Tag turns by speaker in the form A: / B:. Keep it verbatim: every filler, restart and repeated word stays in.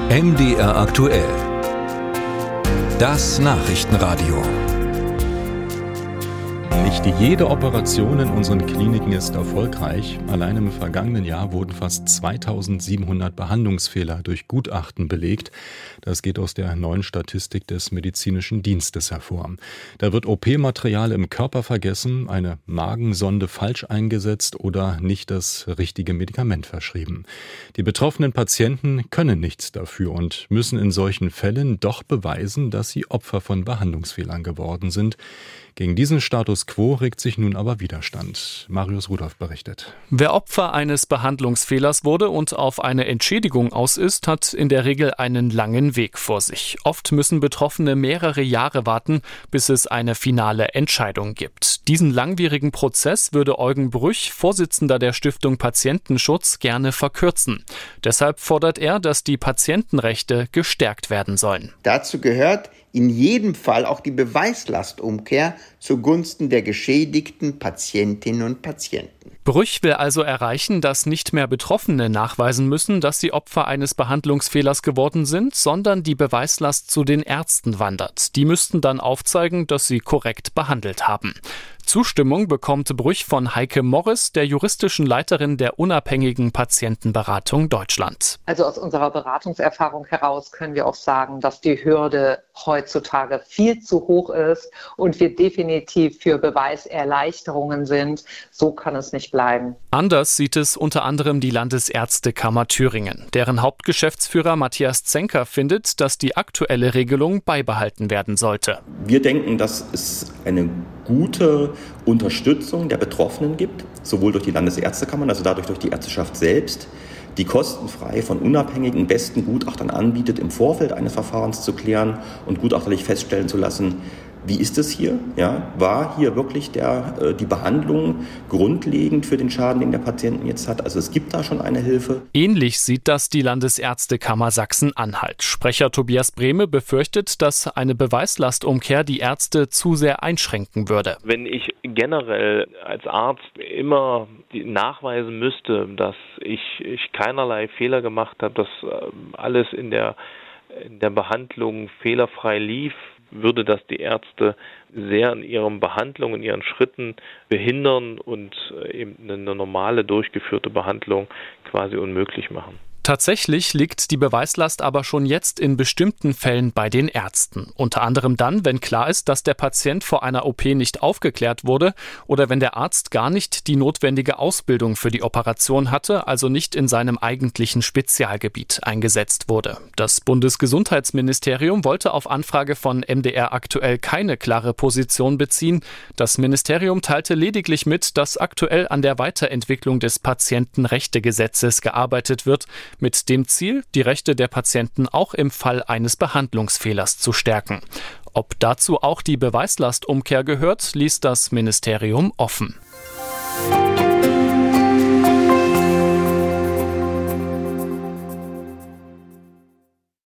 A: M D R aktuell. Das Nachrichtenradio.
B: Nicht jede Operation in unseren Kliniken ist erfolgreich. Allein im vergangenen Jahr wurden fast zweitausendsiebenhundert Behandlungsfehler durch Gutachten belegt. Das geht aus der neuen Statistik des Medizinischen Dienstes hervor. Da wird O P-Material im Körper vergessen, eine Magensonde falsch eingesetzt oder nicht das richtige Medikament verschrieben. Die betroffenen Patienten können nichts dafür und müssen in solchen Fällen doch beweisen, dass sie Opfer von Behandlungsfehlern geworden sind. Gegen diesen Status quo regt sich nun aber Widerstand. Marius Rudolph berichtet.
C: Wer Opfer eines Behandlungsfehlers wurde und auf eine Entschädigung aus ist, hat in der Regel einen langen Weg vor sich. Oft müssen Betroffene mehrere Jahre warten, bis es eine finale Entscheidung gibt. Diesen langwierigen Prozess würde Eugen Brüch, Vorsitzender der Stiftung Patientenschutz, gerne verkürzen. Deshalb fordert er, dass die Patientenrechte gestärkt werden sollen.
D: Dazu gehört in jedem Fall auch die Beweislastumkehr zugunsten der geschädigten Patientinnen und Patienten.
C: Brüch will also erreichen, dass nicht mehr Betroffene nachweisen müssen, dass sie Opfer eines Behandlungsfehlers geworden sind, sondern die Beweislast zu den Ärzten wandert. Die müssten dann aufzeigen, dass sie korrekt behandelt haben. Zustimmung bekommt Brüch von Heike Morris, der juristischen Leiterin der unabhängigen Patientenberatung Deutschland.
E: Also aus unserer Beratungserfahrung heraus können wir auch sagen, dass die Hürde heutzutage viel zu hoch ist und wir definitiv für Beweiserleichterungen sind. So kann es nicht bleiben.
C: Anders sieht es unter anderem die Landesärztekammer Thüringen. Deren Hauptgeschäftsführer Matthias Zenker findet, dass die aktuelle Regelung beibehalten werden sollte.
F: Wir denken, dass es eine gute Unterstützung der Betroffenen gibt, sowohl durch die Landesärztekammern, also dadurch durch die Ärzteschaft selbst, die kostenfrei von unabhängigen besten Gutachtern anbietet, im Vorfeld eines Verfahrens zu klären und gutachterlich feststellen zu lassen, wie ist es hier? Ja, war hier wirklich der, die Behandlung grundlegend für den Schaden, den der Patient jetzt hat? Also es gibt da schon eine Hilfe.
C: Ähnlich sieht das die Landesärztekammer Sachsen-Anhalt. Sprecher Tobias Brehme befürchtet, dass eine Beweislastumkehr die Ärzte zu sehr einschränken würde.
G: Wenn ich generell als Arzt immer nachweisen müsste, dass ich, ich keinerlei Fehler gemacht habe, dass alles in der, in der Behandlung fehlerfrei lief, würde das die Ärzte sehr in ihren Behandlungen, in ihren Schritten behindern und eben eine normale durchgeführte Behandlung quasi unmöglich machen.
C: Tatsächlich liegt die Beweislast aber schon jetzt in bestimmten Fällen bei den Ärzten. Unter anderem dann, wenn klar ist, dass der Patient vor einer O P nicht aufgeklärt wurde oder wenn der Arzt gar nicht die notwendige Ausbildung für die Operation hatte, also nicht in seinem eigentlichen Spezialgebiet eingesetzt wurde. Das Bundesgesundheitsministerium wollte auf Anfrage von M D R aktuell keine klare Position beziehen. Das Ministerium teilte lediglich mit, dass aktuell an der Weiterentwicklung des Patientenrechtegesetzes gearbeitet wird, mit dem Ziel, die Rechte der Patienten auch im Fall eines Behandlungsfehlers zu stärken. Ob dazu auch die Beweislastumkehr gehört, ließ das Ministerium offen.